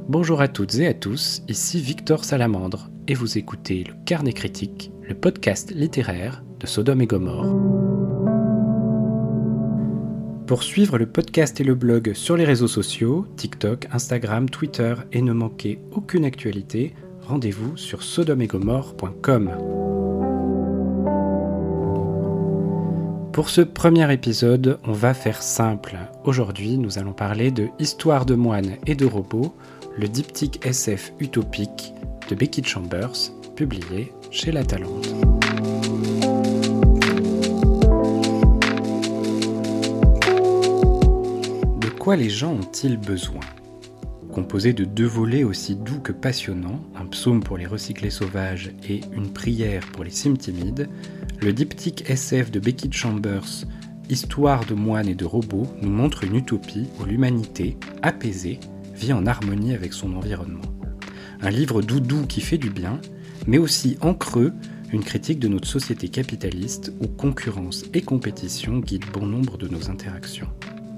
Bonjour à toutes et à tous, ici Victor Salamandre et vous écoutez le Carnet Critique, le podcast littéraire de Sodome et Gomorrhe. Pour suivre le podcast et le blog sur les réseaux sociaux, TikTok, Instagram, Twitter et ne manquer aucune actualité, rendez-vous sur sodomeetgomorrhe.com. Pour ce premier épisode, on va faire simple. Aujourd'hui, nous allons parler de Histoire de moines et de robots, le diptyque SF utopique de Becky Chambers, publié chez La Talente. De quoi les gens ont-ils besoin ? Composé de 2 volets aussi doux que passionnants, un psaume pour les recyclés sauvages et une prière pour les cimes timides, le diptyque SF de Becky Chambers, Histoire de moines et de robots, nous montre une utopie où l'humanité, apaisée, vit en harmonie avec son environnement. Un livre doudou qui fait du bien, mais aussi en creux, une critique de notre société capitaliste où concurrence et compétition guident bon nombre de nos interactions.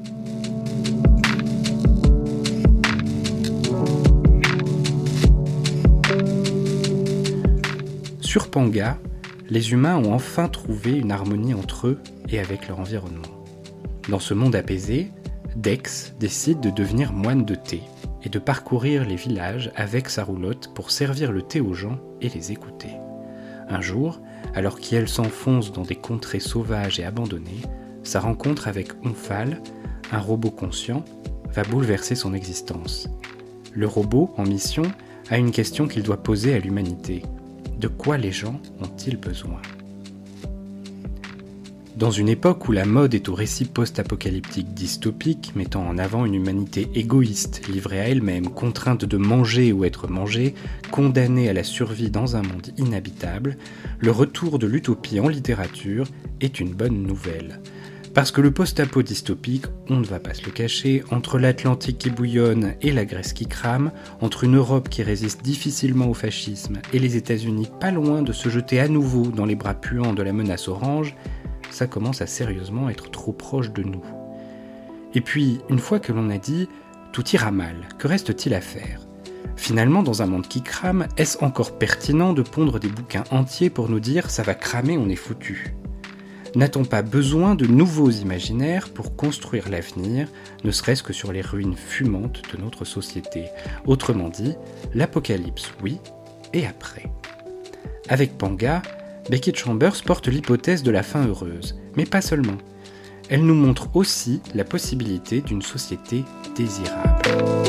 Sur Panga, les humains ont enfin trouvé une harmonie entre eux et avec leur environnement. Dans ce monde apaisé, Dex décide de devenir moine de thé et de parcourir les villages avec sa roulotte pour servir le thé aux gens et les écouter. Un jour, alors qu'elle s'enfonce dans des contrées sauvages et abandonnées, sa rencontre avec Omphale, un robot conscient, va bouleverser son existence. Le robot, en mission, a une question qu'il doit poser à l'humanité. De quoi les gens ont-ils besoin ? Dans une époque où la mode est au récit post-apocalyptique dystopique, mettant en avant une humanité égoïste, livrée à elle-même, contrainte de manger ou être mangée, condamnée à la survie dans un monde inhabitable, le retour de l'utopie en littérature est une bonne nouvelle. Parce que le post-apo dystopique, on ne va pas se le cacher, entre l'Atlantique qui bouillonne et la Grèce qui crame, entre une Europe qui résiste difficilement au fascisme et les États-Unis pas loin de se jeter à nouveau dans les bras puants de la menace orange, ça commence à sérieusement être trop proche de nous. Et puis, une fois que l'on a dit « tout ira mal », que reste-t-il à faire ? Finalement, dans un monde qui crame, est-ce encore pertinent de pondre des bouquins entiers pour nous dire « ça va cramer, on est foutu » ? N'a-t-on pas besoin de nouveaux imaginaires pour construire l'avenir, ne serait-ce que sur les ruines fumantes de notre société ? Autrement dit, l'apocalypse, oui, et après. Avec Panga, Becky Chambers porte l'hypothèse de la fin heureuse, mais pas seulement. Elle nous montre aussi la possibilité d'une société désirable.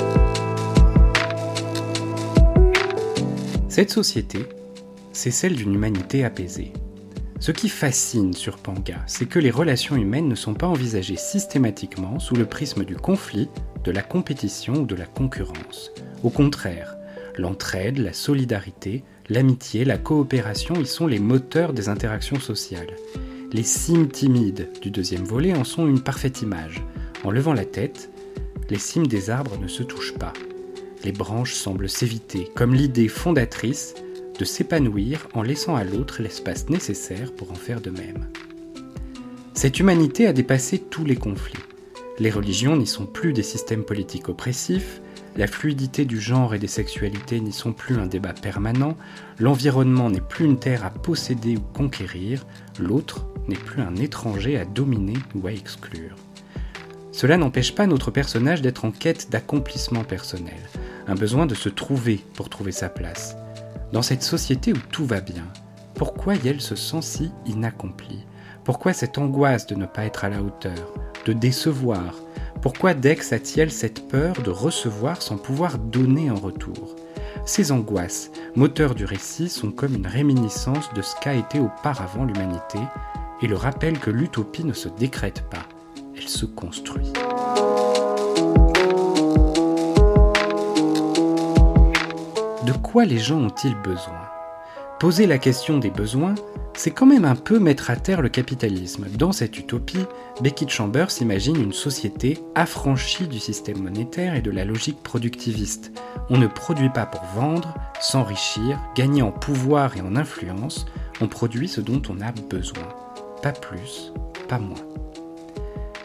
Cette société, c'est celle d'une humanité apaisée. Ce qui fascine sur Panga, c'est que les relations humaines ne sont pas envisagées systématiquement sous le prisme du conflit, de la compétition ou de la concurrence. Au contraire, l'entraide, la solidarité, l'amitié, la coopération y sont les moteurs des interactions sociales. Les cimes timides du 2e volet en sont une parfaite image. En levant la tête, les cimes des arbres ne se touchent pas. Les branches semblent s'éviter, comme l'idée fondatrice de s'épanouir en laissant à l'autre l'espace nécessaire pour en faire de même. Cette humanité a dépassé tous les conflits. Les religions n'y sont plus des systèmes politiques oppressifs, la fluidité du genre et des sexualités n'y sont plus un débat permanent, l'environnement n'est plus une terre à posséder ou conquérir, l'autre n'est plus un étranger à dominer ou à exclure. Cela n'empêche pas notre personnage d'être en quête d'accomplissement personnel, un besoin de se trouver pour trouver sa place. Dans cette société où tout va bien, pourquoi Yel se sent si inaccomplie ? Pourquoi cette angoisse de ne pas être à la hauteur, de décevoir ? Pourquoi Dex a-t-il cette peur de recevoir sans pouvoir donner en retour ? Ces angoisses, moteurs du récit, sont comme une réminiscence de ce qu'a été auparavant l'humanité et le rappel que l'utopie ne se décrète pas, elle se construit. De quoi les gens ont-ils besoin ? Poser la question des besoins, c'est quand même un peu mettre à terre le capitalisme. Dans cette utopie, Becky Chambers imagine une société affranchie du système monétaire et de la logique productiviste. On ne produit pas pour vendre, s'enrichir, gagner en pouvoir et en influence, on produit ce dont on a besoin. Pas plus, pas moins.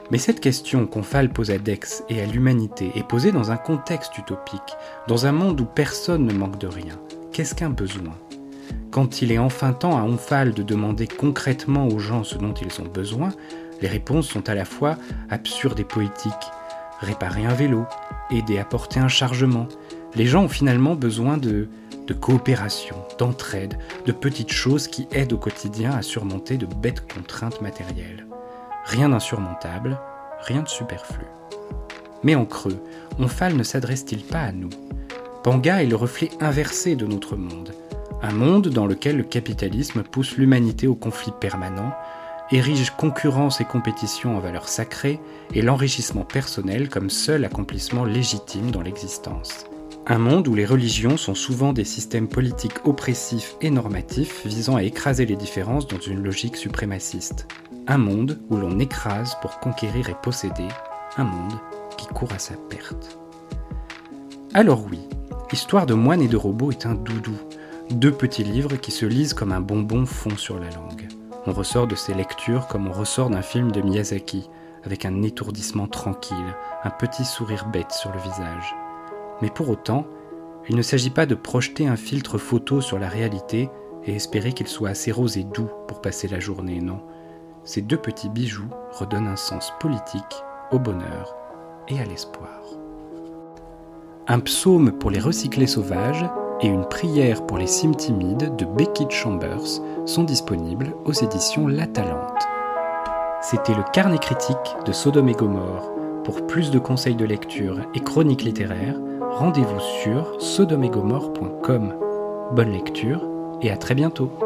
Mais cette question qu'Omphale pose à Dex et à l'humanité est posée dans un contexte utopique, dans un monde où personne ne manque de rien. Qu'est-ce qu'un besoin ? Quand il est enfin temps à Omphale de demander concrètement aux gens ce dont ils ont besoin, les réponses sont à la fois absurdes et poétiques. Réparer un vélo, aider à porter un chargement. Les gens ont finalement besoin de coopération, d'entraide, de petites choses qui aident au quotidien à surmonter de bêtes contraintes matérielles. Rien d'insurmontable, rien de superflu. Mais en creux, Omphale ne s'adresse-t-il pas à nous ? Panga est le reflet inversé de notre monde. Un monde dans lequel le capitalisme pousse l'humanité au conflit permanent, érige concurrence et compétition en valeurs sacrées et l'enrichissement personnel comme seul accomplissement légitime dans l'existence. Un monde où les religions sont souvent des systèmes politiques oppressifs et normatifs visant à écraser les différences dans une logique suprémaciste. Un monde où l'on écrase pour conquérir et posséder, un monde qui court à sa perte. Alors oui, Histoire de moine et de robot est un doudou, 2 petits livres qui se lisent comme un bonbon fond sur la langue. On ressort de ces lectures comme on ressort d'un film de Miyazaki, avec un étourdissement tranquille, un petit sourire bête sur le visage. Mais pour autant, il ne s'agit pas de projeter un filtre photo sur la réalité et espérer qu'il soit assez rose et doux pour passer la journée, non. Ces 2 petits bijoux redonnent un sens politique au bonheur et à l'espoir. Un psaume pour les recyclés sauvages et une prière pour les cimes timides de Beckett Chambers sont disponibles aux éditions La Talente. C'était le carnet critique de Sodome et Gomorrhe. Pour plus de conseils de lecture et chroniques littéraires, rendez-vous sur sodomegomorrhe.com. Bonne lecture et à très bientôt.